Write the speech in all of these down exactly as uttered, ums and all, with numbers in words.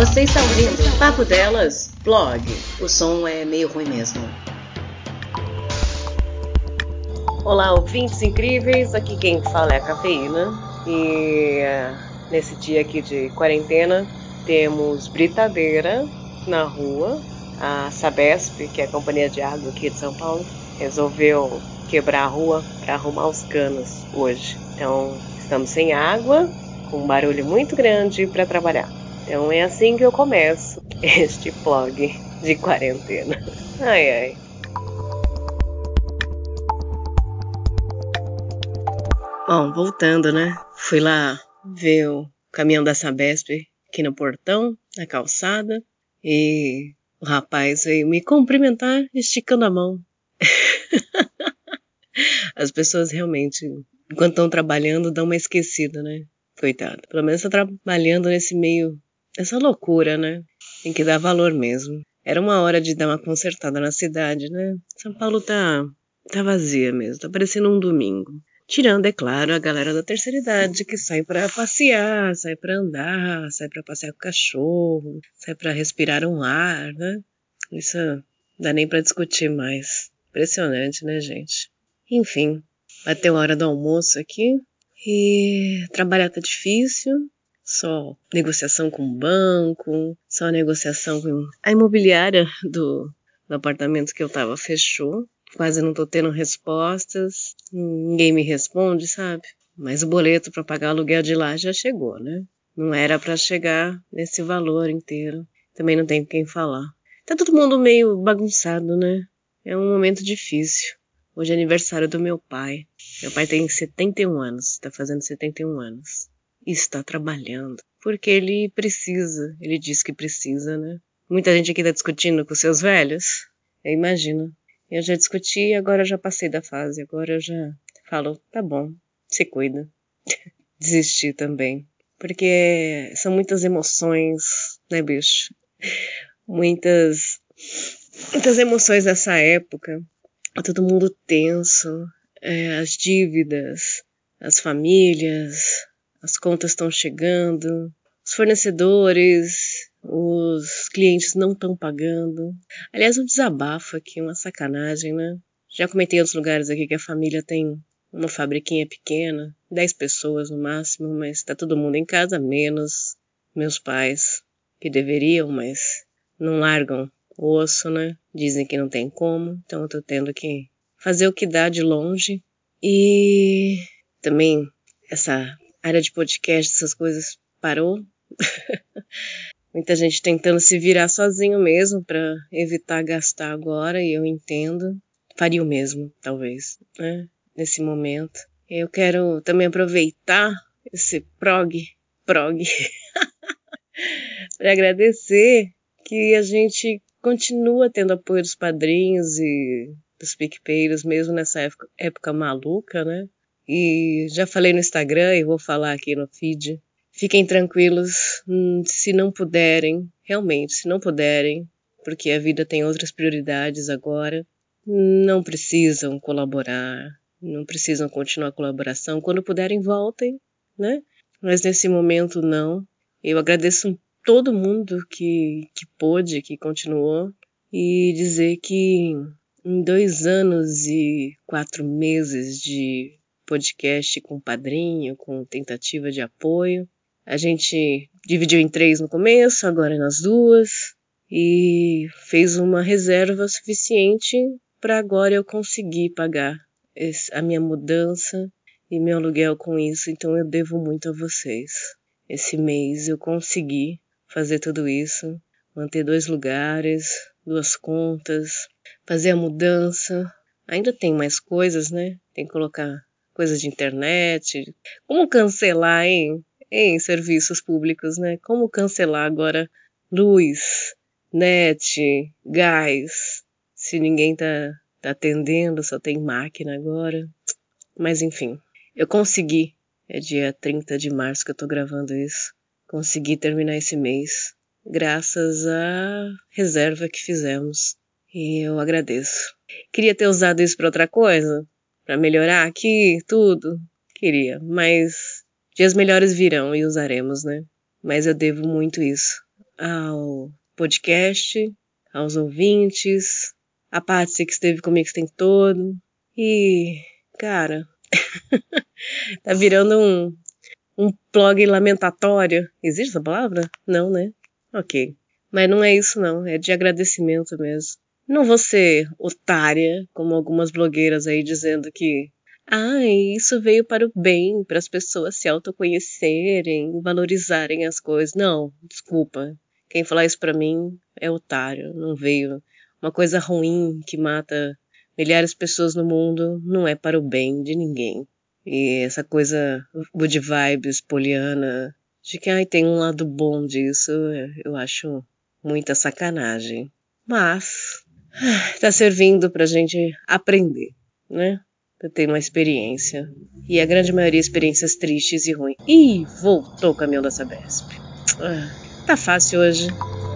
Você está ouvindo Papo Delas Blog. O som é meio ruim mesmo. Olá, ouvintes incríveis. Aqui quem fala é a Cafeína. E uh, nesse dia aqui de quarentena, temos britadeira na rua. A Sabesp, que é a companhia de água aqui de São Paulo, resolveu quebrar a rua para arrumar os canos hoje. Então, estamos sem água, com um barulho muito grande para trabalhar. Então, é assim que eu começo este blog de quarentena. Ai, ai. Bom, voltando, né? Fui lá ver o caminhão da Sabesp aqui no portão, na calçada, e o rapaz veio me cumprimentar esticando a mão. As pessoas realmente, enquanto estão trabalhando, dão uma esquecida, né? Coitado. Pelo menos está trabalhando nesse meio, essa loucura, né? Tem que dar valor mesmo. Era uma hora de dar uma consertada na cidade, né? São Paulo tá, tá vazia mesmo, tá parecendo um domingo. Tirando, é claro, a galera da terceira idade que sai pra passear, sai pra andar, sai pra passear com o cachorro, sai pra respirar um ar, né? Isso não dá nem pra discutir mais. Impressionante, né, gente? Enfim, bateu a hora do almoço aqui e trabalhar tá difícil. Só negociação com o banco, só negociação com a imobiliária do, do apartamento que eu tava fechou. Quase não tô tendo respostas, ninguém me responde, sabe? Mas o boleto para pagar o aluguel de lá já chegou, né? Não era para chegar nesse valor inteiro. Também não tem com quem falar. Tá todo mundo meio bagunçado, né? É um momento difícil. Hoje é aniversário do meu pai. Meu pai tem setenta e um anos, tá fazendo setenta e um anos. E está trabalhando. Porque ele precisa, ele diz que precisa, né? Muita gente aqui tá discutindo com seus velhos. Eu imagino. Eu já discuti e agora eu já passei da fase. Agora eu já falo, tá bom, se cuida. Desisti também. Porque são muitas emoções, né, bicho? Muitas, muitas emoções nessa época. Todo mundo tenso. É, as dívidas, as famílias, as contas estão chegando, os fornecedores, os clientes não estão pagando. Aliás, um desabafo aqui, uma sacanagem, né? Já comentei em outros lugares aqui que a família tem uma fabriquinha pequena, dez pessoas no máximo, mas tá todo mundo em casa, menos meus pais, que deveriam, mas não largam o osso, né? Dizem que não tem como, então eu tô tendo que fazer o que dá de longe. E também essa área de podcast, essas coisas parou. Muita gente tentando se virar sozinho mesmo para evitar gastar agora, e eu entendo. Faria o mesmo, talvez, né? Nesse momento. Eu quero também aproveitar esse prog, prog, para agradecer que a gente continua tendo apoio dos padrinhos e dos PicPayers, mesmo nessa época, época maluca, né? E já falei no Instagram e vou falar aqui no feed. Fiquem tranquilos, se não puderem, realmente, se não puderem, porque a vida tem outras prioridades agora, não precisam colaborar, não precisam continuar a colaboração. Quando puderem, voltem, né? Mas nesse momento, não. Eu agradeço todo mundo que, que pôde, que continuou, e dizer que em dois anos e quatro meses de podcast com padrinho, com tentativa de apoio, a gente dividiu em três no começo, agora nas duas, e fez uma reserva suficiente para agora eu conseguir pagar esse, a minha mudança e meu aluguel com isso. Então eu devo muito a vocês. Esse mês eu consegui fazer tudo isso, manter dois lugares, duas contas, fazer a mudança. Ainda tem mais coisas, né? Tem que colocar coisas de internet. Como cancelar, hein? Em serviços públicos, né? Como cancelar agora luz, net, gás, se ninguém tá, tá atendendo, só tem máquina agora. Mas enfim, eu consegui. É dia trinta de março que eu tô gravando isso. Consegui terminar esse mês, graças à reserva que fizemos. E eu agradeço. Queria ter usado isso para outra coisa, para melhorar aqui tudo. Queria, mas dias melhores virão e usaremos, né? Mas eu devo muito isso ao podcast, aos ouvintes, a Patsy que esteve comigo esse tempo todo. E, cara, tá virando um, um blog lamentatório. Existe essa palavra? Não, né? Ok. Mas não é isso não, é de agradecimento mesmo. Não vou ser otária, como algumas blogueiras aí dizendo que ah, isso veio para o bem, para as pessoas se autoconhecerem, valorizarem as coisas. Não, desculpa. Quem falar isso para mim é otário. Não veio. Uma coisa ruim que mata milhares de pessoas no mundo não é para o bem de ninguém. E essa coisa good vibes, poliana, de que ai, tem um lado bom disso, eu acho muita sacanagem. Mas tá servindo pra gente aprender, né? Pra ter uma experiência. E a grande maioria experiências tristes e ruins. Ih, voltou o caminhão da Sabesp. Ah, tá fácil hoje.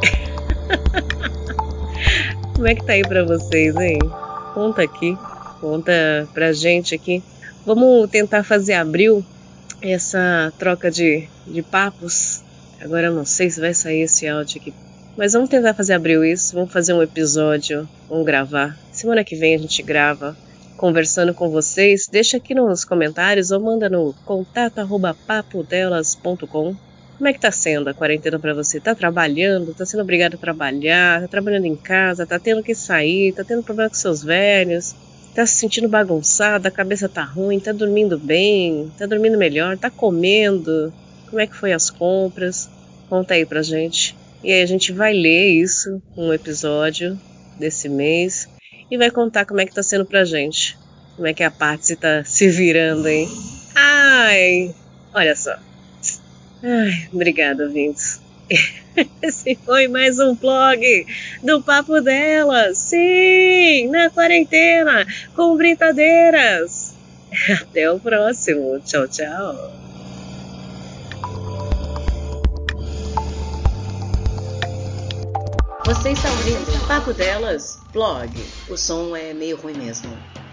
Como é que tá aí pra vocês, hein? Conta aqui. Conta pra gente aqui. Vamos tentar fazer abril essa troca de, de papos. Agora eu não sei se vai sair esse áudio aqui. Mas vamos tentar fazer abril isso. Vamos fazer um episódio. Vamos gravar. Semana que vem a gente grava. Conversando com vocês. Deixa aqui nos comentários ou manda no contato arroba papo delas ponto com. Como é que tá sendo a quarentena pra você? Tá trabalhando? Tá sendo obrigado a trabalhar? Tá trabalhando em casa? Tá tendo que sair? Tá tendo problema com seus velhos? Tá se sentindo bagunçado? A cabeça tá ruim? Tá dormindo bem? Tá dormindo melhor? Tá comendo? Como é que foi as compras? Conta aí pra gente. E aí a gente vai ler isso, um episódio desse mês, e vai contar como é que tá sendo pra gente. Como é que a Patsy tá se virando, hein? Ai, olha só. Ai, obrigada, ouvintes. Esse foi mais um vlog do Papo Delas. Sim, na quarentena, com brincadeiras. Até o próximo. Tchau, tchau. Você está ouvindo Papo Delas, blog. O som é meio ruim mesmo.